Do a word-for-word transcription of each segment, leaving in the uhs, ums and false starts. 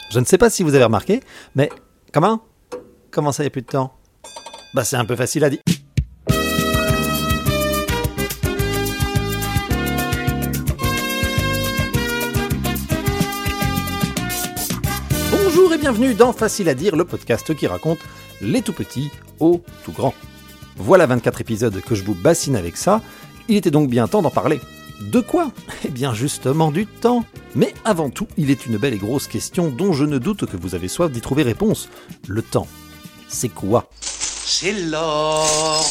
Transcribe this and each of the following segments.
Je ne sais pas si vous avez remarqué, mais comment Comment ça, il n'y a plus de temps? Bah c'est un peu facile à dire. Bonjour et bienvenue dans Facile à dire, le podcast qui raconte les tout petits aux tout grands. Voilà vingt-quatre épisodes que je vous bassine avec ça, il était donc bien temps d'en parler. De quoi? Eh bien justement du temps. Mais avant tout, il est une belle et grosse question dont je ne doute que vous avez soif d'y trouver réponse. Le temps, c'est quoi? C'est l'or.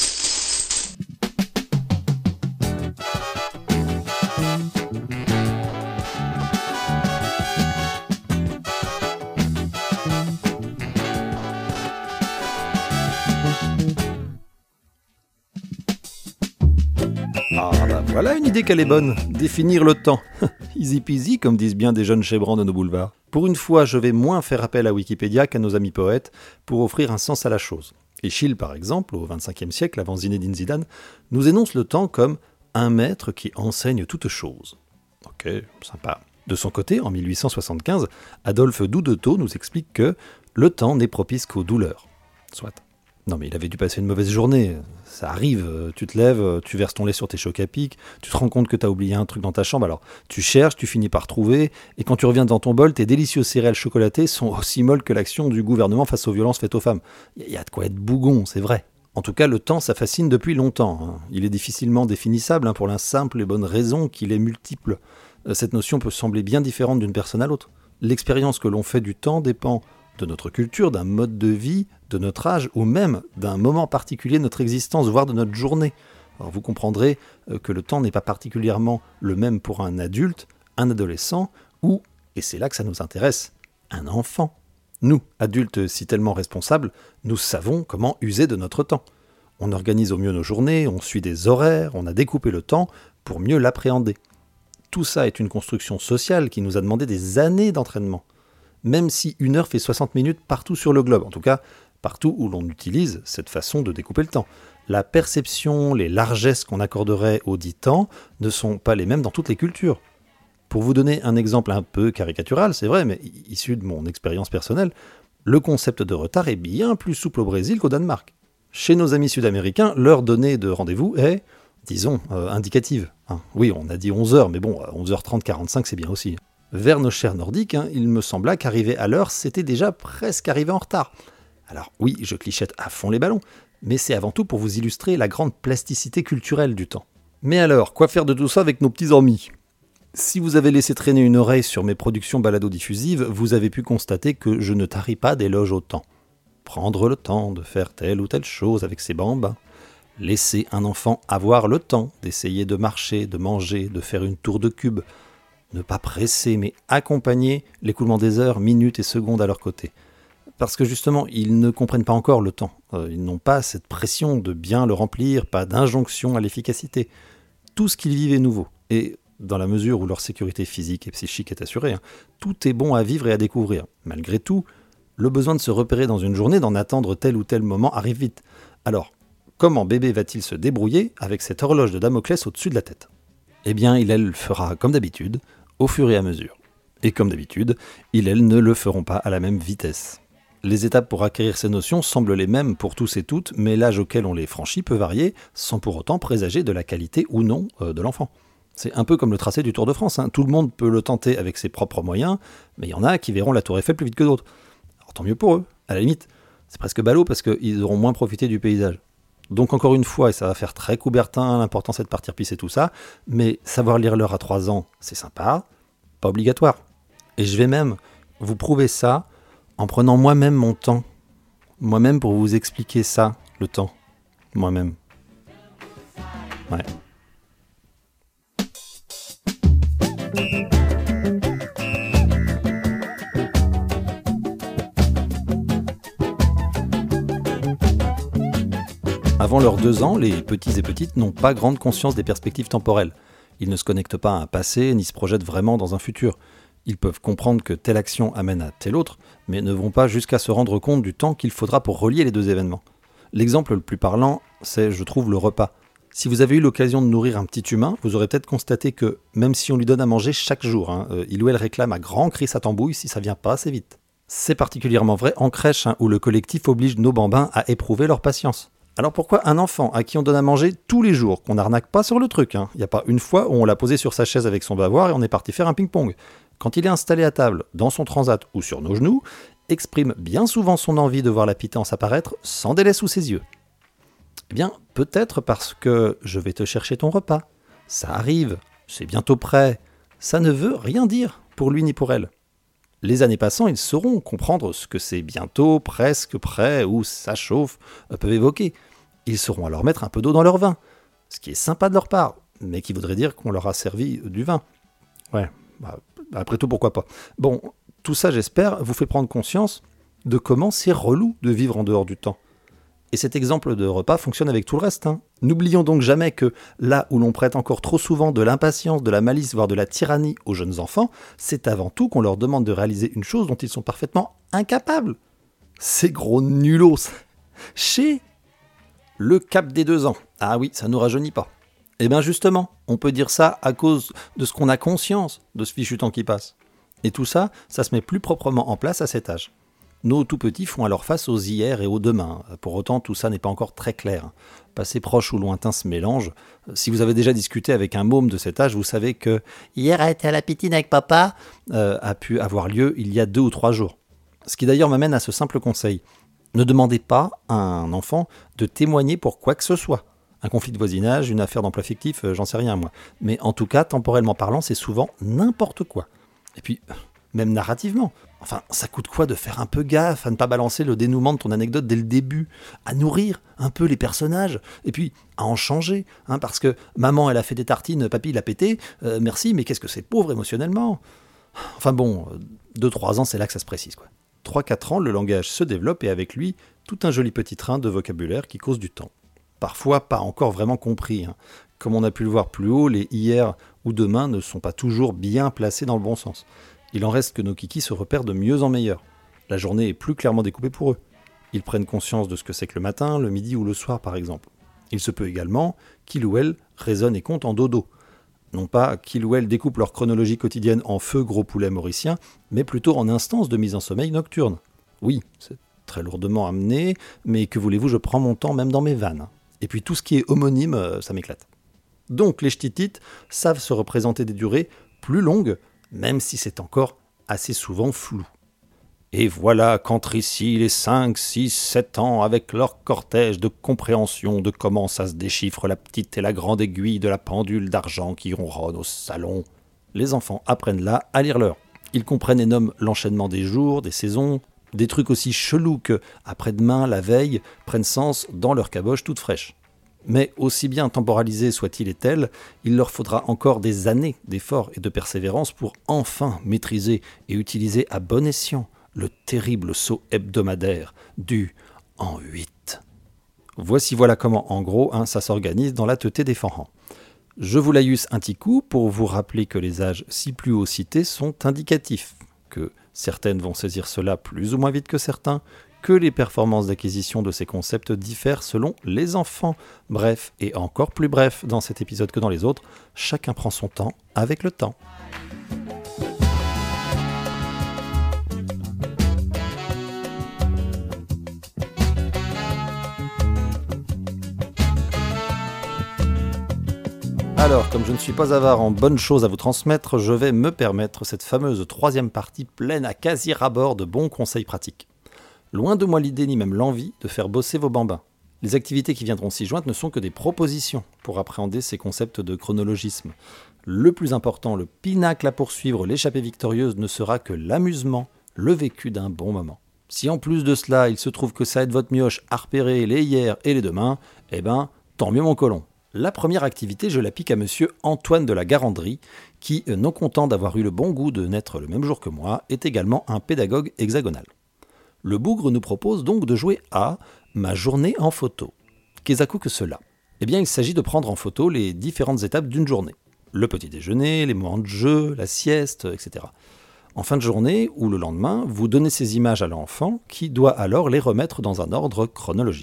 Ah bah voilà une idée qu'elle est bonne, définir le temps. Easy peasy comme disent bien des jeunes chebrans de nos boulevards. Pour une fois, je vais moins faire appel à Wikipédia qu'à nos amis poètes pour offrir un sens à la chose. Eschyle par exemple, au vingt-cinquième siècle avant Zinedine Zidane, nous énonce le temps comme un maître qui enseigne toute chose. Ok, sympa. De son côté, en mille huit cent soixante-quinze, Adolphe Doudetot nous explique que le temps n'est propice qu'aux douleurs. Soit. Non mais il avait dû passer une mauvaise journée, ça arrive, tu te lèves, tu verses ton lait sur tes chocs à pic, tu te rends compte que t'as oublié un truc dans ta chambre, alors tu cherches, tu finis par trouver, et quand tu reviens dans ton bol, tes délicieuses céréales chocolatées sont aussi molles que l'action du gouvernement face aux violences faites aux femmes. Il y a de quoi être bougon, c'est vrai. En tout cas, le temps, ça fascine depuis longtemps. Hein. Il est difficilement définissable hein, pour la simple et bonne raison qu'il est multiple. Cette notion peut sembler bien différente d'une personne à l'autre. L'expérience que l'on fait du temps dépend de notre culture, d'un mode de vie, de notre âge, ou même d'un moment particulier de notre existence, voire de notre journée. Alors vous comprendrez que le temps n'est pas particulièrement le même pour un adulte, un adolescent, ou, et c'est là que ça nous intéresse, un enfant. Nous, adultes si tellement responsables, nous savons comment user de notre temps. On organise au mieux nos journées, on suit des horaires, on a découpé le temps pour mieux l'appréhender. Tout ça est une construction sociale qui nous a demandé des années d'entraînement. Même si une heure fait soixante minutes partout sur le globe, en tout cas partout où l'on utilise cette façon de découper le temps. La perception, les largesses qu'on accorderait au dit temps ne sont pas les mêmes dans toutes les cultures. Pour vous donner un exemple un peu caricatural, c'est vrai, mais issu de mon expérience personnelle, le concept de retard est bien plus souple au Brésil qu'au Danemark. Chez nos amis sud-américains, l'heure donnée de rendez-vous est, disons, euh, indicative. Hein. Oui, on a dit onze heures, mais bon, onze heures trente, quarante-cinq, c'est bien aussi. Vers nos chers nordiques, hein, il me sembla qu'arriver à l'heure, c'était déjà presque arrivé en retard. Alors oui, je clichette à fond les ballons, mais c'est avant tout pour vous illustrer la grande plasticité culturelle du temps. Mais alors, quoi faire de tout ça avec nos petits amis ? Si vous avez laissé traîner une oreille sur mes productions balado-diffusives, vous avez pu constater que je ne taris pas d'éloges au temps. Prendre le temps de faire telle ou telle chose avec ses bambins. Laisser un enfant avoir le temps d'essayer de marcher, de manger, de faire une tour de cube. Ne pas presser, mais accompagner l'écoulement des heures, minutes et secondes à leur côté. Parce que justement, ils ne comprennent pas encore le temps. Euh, ils n'ont pas cette pression de bien le remplir, pas d'injonction à l'efficacité. Tout ce qu'ils vivent est nouveau. Et dans la mesure où leur sécurité physique et psychique est assurée, hein, tout est bon à vivre et à découvrir. Malgré tout, le besoin de se repérer dans une journée, d'en attendre tel ou tel moment arrive vite. Alors, comment bébé va-t-il se débrouiller avec cette horloge de Damoclès au-dessus de la tête ? Eh bien, il elle fera comme d'habitude, au fur et à mesure. Et comme d'habitude, il elle ne le feront pas à la même vitesse. Les étapes pour acquérir ces notions semblent les mêmes pour tous et toutes, mais l'âge auquel on les franchit peut varier, sans pour autant présager de la qualité ou non euh, de l'enfant. C'est un peu comme le tracé du Tour de France, hein. Tout le monde peut le tenter avec ses propres moyens, mais il y en a qui verront la Tour Eiffel plus vite que d'autres. Alors tant mieux pour eux, à la limite. C'est presque ballot parce qu'ils auront moins profité du paysage. Donc encore une fois, et ça va faire très Coubertin, l'important c'est de partir pisser tout ça, mais savoir lire l'heure à trois ans, c'est sympa, pas obligatoire. Et je vais même vous prouver ça en prenant moi-même mon temps. Moi-même pour vous expliquer ça, le temps. Moi-même. Ouais. Avant leurs deux ans, les petits et petites n'ont pas grande conscience des perspectives temporelles. Ils ne se connectent pas à un passé, ni se projettent vraiment dans un futur. Ils peuvent comprendre que telle action amène à telle autre, mais ne vont pas jusqu'à se rendre compte du temps qu'il faudra pour relier les deux événements. L'exemple le plus parlant, c'est, je trouve, le repas. Si vous avez eu l'occasion de nourrir un petit humain, vous aurez peut-être constaté que, même si on lui donne à manger chaque jour, hein, euh, il ou elle réclame à grands cris sa tambouille si ça vient pas assez vite. C'est particulièrement vrai en crèche, hein, où le collectif oblige nos bambins à éprouver leur patience. Alors pourquoi un enfant à qui on donne à manger tous les jours, qu'on n'arnaque pas sur le truc, hein, il n'y a pas une fois où on l'a posé sur sa chaise avec son bavoir et on est parti faire un ping-pong. Quand il est installé à table, dans son transat ou sur nos genoux, exprime bien souvent son envie de voir la pitance apparaître sans délai sous ses yeux. Eh bien, peut-être parce que je vais te chercher ton repas. Ça arrive, c'est bientôt prêt. Ça ne veut rien dire pour lui ni pour elle. Les années passant, ils sauront comprendre ce que c'est bientôt, presque prêt ou ça chauffe peuvent évoquer. Ils sauront alors mettre un peu d'eau dans leur vin, ce qui est sympa de leur part, mais qui voudrait dire qu'on leur a servi du vin. Ouais, bah, après tout, pourquoi pas. Bon, tout ça, j'espère, vous fait prendre conscience de comment c'est relou de vivre en dehors du temps. Et cet exemple de repas fonctionne avec tout le reste. Hein. N'oublions donc jamais que là où l'on prête encore trop souvent de l'impatience, de la malice, voire de la tyrannie aux jeunes enfants, c'est avant tout qu'on leur demande de réaliser une chose dont ils sont parfaitement incapables. Ces gros nulos. Chez le cap des deux ans. Ah oui, ça nous rajeunit pas. Eh bien justement, on peut dire ça à cause de ce qu'on a conscience de ce fichu temps qui passe. Et tout ça, ça se met plus proprement en place à cet âge. Nos tout-petits font alors face aux hier et aux demain. Pour autant, tout ça n'est pas encore très clair. Passé proche ou lointain se mélange. Si vous avez déjà discuté avec un môme de cet âge, vous savez que « hier a été à la pitine avec papa euh, » a pu avoir lieu il y a deux ou trois jours. Ce qui d'ailleurs m'amène à ce simple conseil. Ne demandez pas à un enfant de témoigner pour quoi que ce soit. Un conflit de voisinage, une affaire d'emploi fictif, j'en sais rien moi. Mais en tout cas, temporellement parlant, c'est souvent n'importe quoi. Et puis, même narrativement. Enfin, ça coûte quoi de faire un peu gaffe, à ne pas balancer le dénouement de ton anecdote dès le début, à nourrir un peu les personnages, et puis à en changer, hein, parce que maman elle a fait des tartines, papy il a pété, euh, merci, mais qu'est-ce que c'est pauvre émotionnellement. Enfin bon, deux trois ans c'est là que ça se précise, quoi. trois quatre ans, le langage se développe et avec lui, tout un joli petit train de vocabulaire qui cause du temps. Parfois pas encore vraiment compris, hein. Comme on a pu le voir plus haut, les hier ou demain ne sont pas toujours bien placés dans le bon sens. Il en reste que nos kikis se repèrent de mieux en meilleur. La journée est plus clairement découpée pour eux. Ils prennent conscience de ce que c'est que le matin, le midi ou le soir par exemple. Il se peut également qu'il ou elle raisonne et compte en dodo. Non pas qu'il ou elle découpe leur chronologie quotidienne en feu gros poulet mauricien, mais plutôt en instances de mise en sommeil nocturne. Oui, c'est très lourdement amené, mais que voulez-vous, je prends mon temps même dans mes vannes. Et puis tout ce qui est homonyme, ça m'éclate. Donc les ch'titites savent se représenter des durées plus longues, même si c'est encore assez souvent flou. Et voilà qu'entre ici les cinq, six, sept ans, avec leur cortège de compréhension de comment ça se déchiffre la petite et la grande aiguille de la pendule d'argent qui ronronne au salon. Les enfants apprennent là à lire l'heure. Ils comprennent et nomment l'enchaînement des jours, des saisons, des trucs aussi chelous que après-demain, la veille, prennent sens dans leur caboche toute fraîche. Mais aussi bien temporalisés soient-ils et tels, il leur faudra encore des années d'efforts et de persévérance pour enfin maîtriser et utiliser à bon escient le terrible saut hebdomadaire du « en huit ». Voici voilà comment, en gros, hein, ça s'organise dans la teuté des forans. Je vous laïus un petit coup pour vous rappeler que les âges si plus haut cités sont indicatifs, que certaines vont saisir cela plus ou moins vite que certains, que les performances d'acquisition de ces concepts diffèrent selon les enfants. Bref, et encore plus bref dans cet épisode que dans les autres, chacun prend son temps avec le temps. Alors, comme je ne suis pas avare en bonnes choses à vous transmettre, je vais me permettre cette fameuse troisième partie pleine à quasi-rabord de bons conseils pratiques. Loin de moi l'idée ni même l'envie de faire bosser vos bambins. Les activités qui viendront s'y joindre ne sont que des propositions pour appréhender ces concepts de chronologisme. Le plus important, le pinacle à poursuivre, l'échappée victorieuse ne sera que l'amusement, le vécu d'un bon moment. Si en plus de cela, il se trouve que ça aide votre mioche à repérer les hier et les demain, eh ben, tant mieux mon colon. La première activité, je la pique à monsieur Antoine de la Garandrie, qui, non content d'avoir eu le bon goût de naître le même jour que moi, est également un pédagogue hexagonal. Le bougre nous propose donc de jouer à « Ma journée en photo ». Qu'est-ce que cela ? Eh bien, il s'agit de prendre en photo les différentes étapes d'une journée. Le petit déjeuner, les moments de jeu, la sieste, et cetera. En fin de journée ou le lendemain, vous donnez ces images à l'enfant qui doit alors les remettre dans un ordre chronologique.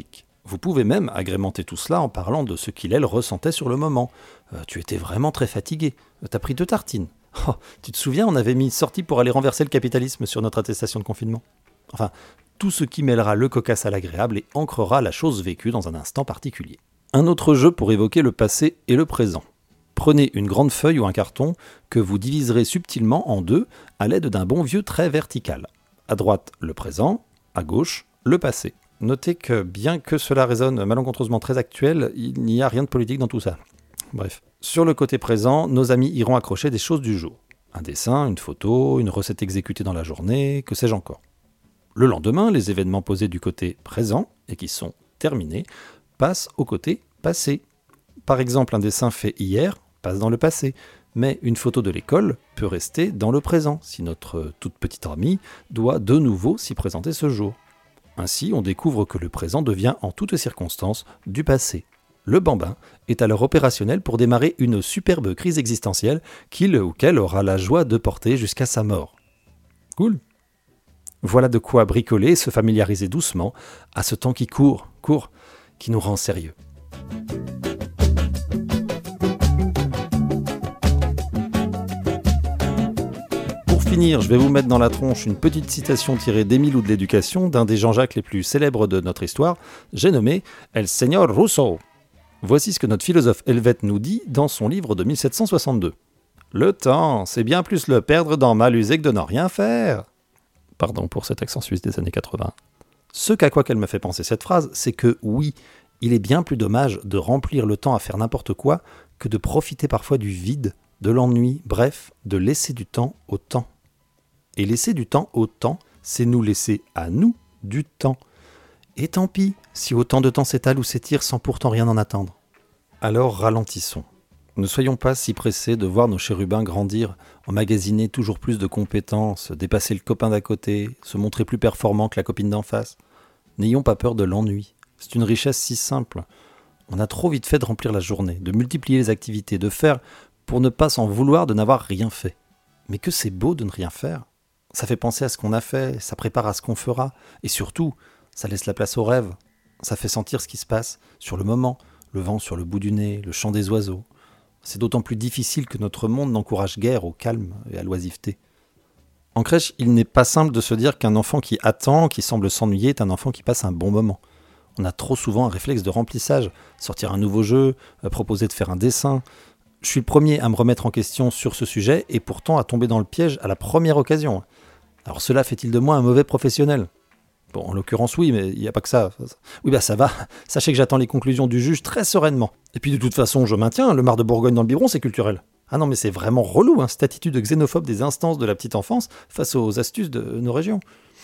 Vous pouvez même agrémenter tout cela en parlant de ce qu'il elle ressentait sur le moment. Euh, tu étais vraiment très fatigué. T'as pris deux tartines. Oh, tu te souviens, on avait mis sortie pour aller renverser le capitalisme sur notre attestation de confinement. Enfin, tout ce qui mêlera le cocasse à l'agréable et ancrera la chose vécue dans un instant particulier. Un autre jeu pour évoquer le passé et le présent. Prenez une grande feuille ou un carton que vous diviserez subtilement en deux à l'aide d'un bon vieux trait vertical. À droite, le présent, à gauche, le passé. Notez que bien que cela résonne malencontreusement très actuel, il n'y a rien de politique dans tout ça. Bref. Sur le côté présent, nos amis iront accrocher des choses du jour. Un dessin, une photo, une recette exécutée dans la journée, que sais-je encore. Le lendemain, les événements posés du côté présent, et qui sont terminés, passent au côté passé. Par exemple, un dessin fait hier passe dans le passé, mais une photo de l'école peut rester dans le présent, si notre toute petite amie doit de nouveau s'y présenter ce jour. Ainsi, on découvre que le présent devient en toutes circonstances du passé. Le bambin est alors opérationnel pour démarrer une superbe crise existentielle qu'il ou qu'elle aura la joie de porter jusqu'à sa mort. Cool. Voilà de quoi bricoler et se familiariser doucement à ce temps qui court, court, qui nous rend sérieux. Pour finir, je vais vous mettre dans la tronche une petite citation tirée d'Émile ou de l'Éducation, d'un des Jean-Jacques les plus célèbres de notre histoire, j'ai nommé El Señor Rousseau. Voici ce que notre philosophe helvète nous dit dans son livre de mille sept cent soixante-deux. « Le temps, c'est bien plus le perdre d'en mal user que de n'en rien faire. » Pardon pour cet accent suisse des années quatre-vingts. Ce qu'à quoi qu'elle me fait penser cette phrase, c'est que oui, il est bien plus dommage de remplir le temps à faire n'importe quoi que de profiter parfois du vide, de l'ennui, bref, de laisser du temps au temps. Et laisser du temps au temps, c'est nous laisser à nous du temps. Et tant pis si autant de temps s'étale ou s'étire sans pourtant rien en attendre. Alors ralentissons. Ne soyons pas si pressés de voir nos chérubins grandir, emmagasiner toujours plus de compétences, dépasser le copain d'à côté, se montrer plus performant que la copine d'en face. N'ayons pas peur de l'ennui. C'est une richesse si simple. On a trop vite fait de remplir la journée, de multiplier les activités, de faire pour ne pas s'en vouloir de n'avoir rien fait. Mais que c'est beau de ne rien faire. Ça fait penser à ce qu'on a fait, ça prépare à ce qu'on fera, et surtout, ça laisse la place au rêve. Ça fait sentir ce qui se passe sur le moment, le vent sur le bout du nez, le chant des oiseaux. C'est d'autant plus difficile que notre monde n'encourage guère au calme et à l'oisiveté. En crèche, il n'est pas simple de se dire qu'un enfant qui attend, qui semble s'ennuyer, est un enfant qui passe un bon moment. On a trop souvent un réflexe de remplissage, sortir un nouveau jeu, proposer de faire un dessin. Je suis le premier à me remettre en question sur ce sujet et pourtant à tomber dans le piège à la première occasion. Alors cela fait-il de moi un mauvais professionnel ? Bon, en l'occurrence, oui, mais il n'y a pas que ça. Oui, bah ça va. Sachez que j'attends les conclusions du juge très sereinement. Et puis de toute façon, je maintiens, le mar de Bourgogne dans le biberon, c'est culturel. Ah non, mais c'est vraiment relou, hein, cette attitude xénophobe des instances de la petite enfance face aux astuces de nos régions.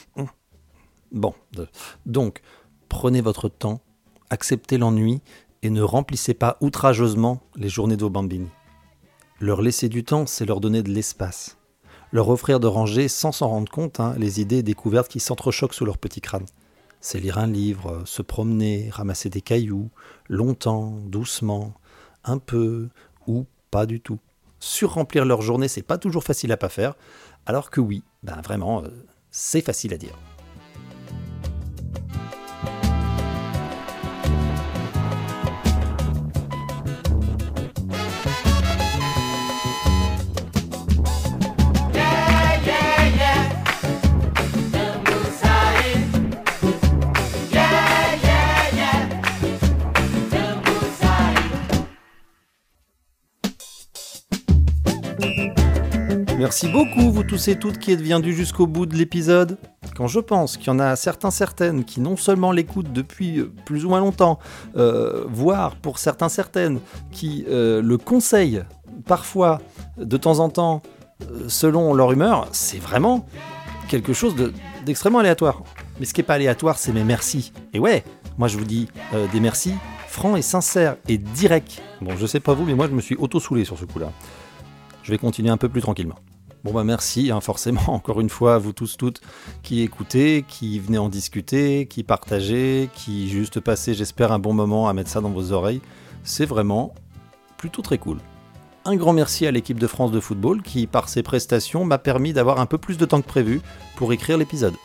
Bon, donc, prenez votre temps, acceptez l'ennui et ne remplissez pas outrageusement les journées de vos bambini. Leur laisser du temps, c'est leur donner de l'espace. Leur offrir de ranger sans s'en rendre compte hein, les idées et découvertes qui s'entrechoquent sous leur petit crâne. C'est lire un livre, se promener, ramasser des cailloux, longtemps, doucement, un peu ou pas du tout. Surremplir leur journée, c'est pas toujours facile à pas faire, alors que oui, ben vraiment, euh, c'est facile à dire. Merci beaucoup, vous tous et toutes qui êtes venus jusqu'au bout de l'épisode. Quand je pense qu'il y en a certains, certaines qui non seulement l'écoutent depuis plus ou moins longtemps, euh, voire pour certains, certaines qui euh, le conseillent parfois, de temps en temps, euh, selon leur humeur, c'est vraiment quelque chose de, d'extrêmement aléatoire. Mais ce qui n'est pas aléatoire, c'est mes merci. Et ouais, moi je vous dis euh, des merci francs et sincères et directs. Bon, je sais pas vous, mais moi je me suis auto-soulé sur ce coup-là. Je vais continuer un peu plus tranquillement. Bon bah merci, hein, forcément, encore une fois, à vous tous, toutes, qui écoutez, qui venez en discuter, qui partagez, qui juste passez, j'espère, un bon moment à mettre ça dans vos oreilles. C'est vraiment plutôt très cool. Un grand merci à l'équipe de France de football qui, par ses prestations, m'a permis d'avoir un peu plus de temps que prévu pour écrire l'épisode.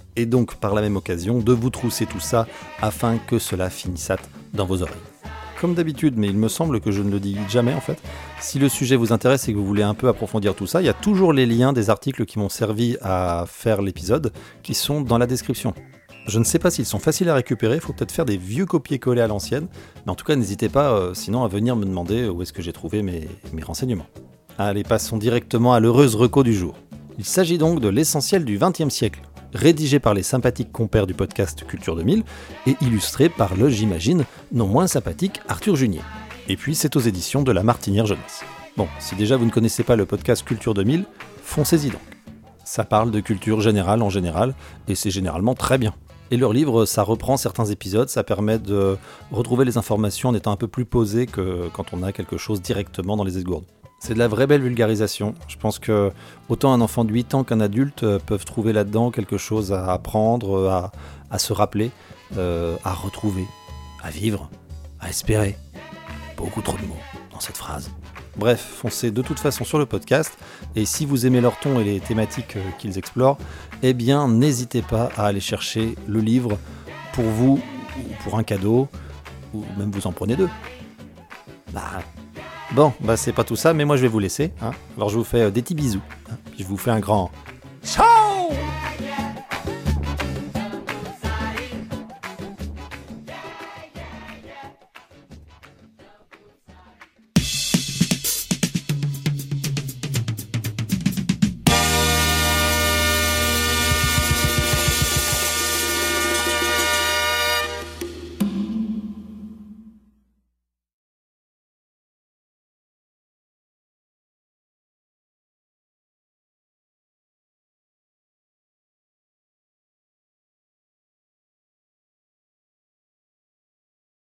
et donc par la même occasion de vous trousser tout ça afin que cela finissât dans vos oreilles. Comme d'habitude, mais il me semble que je ne le dis jamais en fait, si le sujet vous intéresse et que vous voulez un peu approfondir tout ça, il y a toujours les liens des articles qui m'ont servi à faire l'épisode qui sont dans la description. Je ne sais pas s'ils sont faciles à récupérer, il faut peut-être faire des vieux copier-coller à l'ancienne, mais en tout cas n'hésitez pas euh, sinon à venir me demander où est-ce que j'ai trouvé mes, mes renseignements. Allez, passons directement à l'heureuse reco du jour. Il s'agit donc de l'essentiel du vingtième siècle, rédigé par les sympathiques compères du podcast Culture deux mille et illustré par le, j'imagine, non moins sympathique Arthur Junier. Et puis c'est aux éditions de La Martinière Jeunesse. Bon, si déjà vous ne connaissez pas le podcast Culture deux mille, foncez-y donc. Ça parle de culture générale en général, et c'est généralement très bien. Et leur livre, ça reprend certains épisodes, ça permet de retrouver les informations en étant un peu plus posé que quand on a quelque chose directement dans les esgourdes. C'est de la vraie belle vulgarisation. Je pense que autant un enfant de huit ans qu'un adulte peuvent trouver là-dedans quelque chose à apprendre, à, à se rappeler, euh, à retrouver, à vivre, à espérer. Beaucoup trop de mots dans cette phrase. Bref, foncez de toute façon sur le podcast, et si vous aimez leur ton et les thématiques qu'ils explorent, eh bien n'hésitez pas à aller chercher le livre pour vous, ou pour un cadeau, ou même vous en prenez deux. Bah... Bon, bah c'est pas tout ça, mais moi je vais vous laisser. Hein. Alors je vous fais des petits bisous. Hein. Puis je vous fais un grand,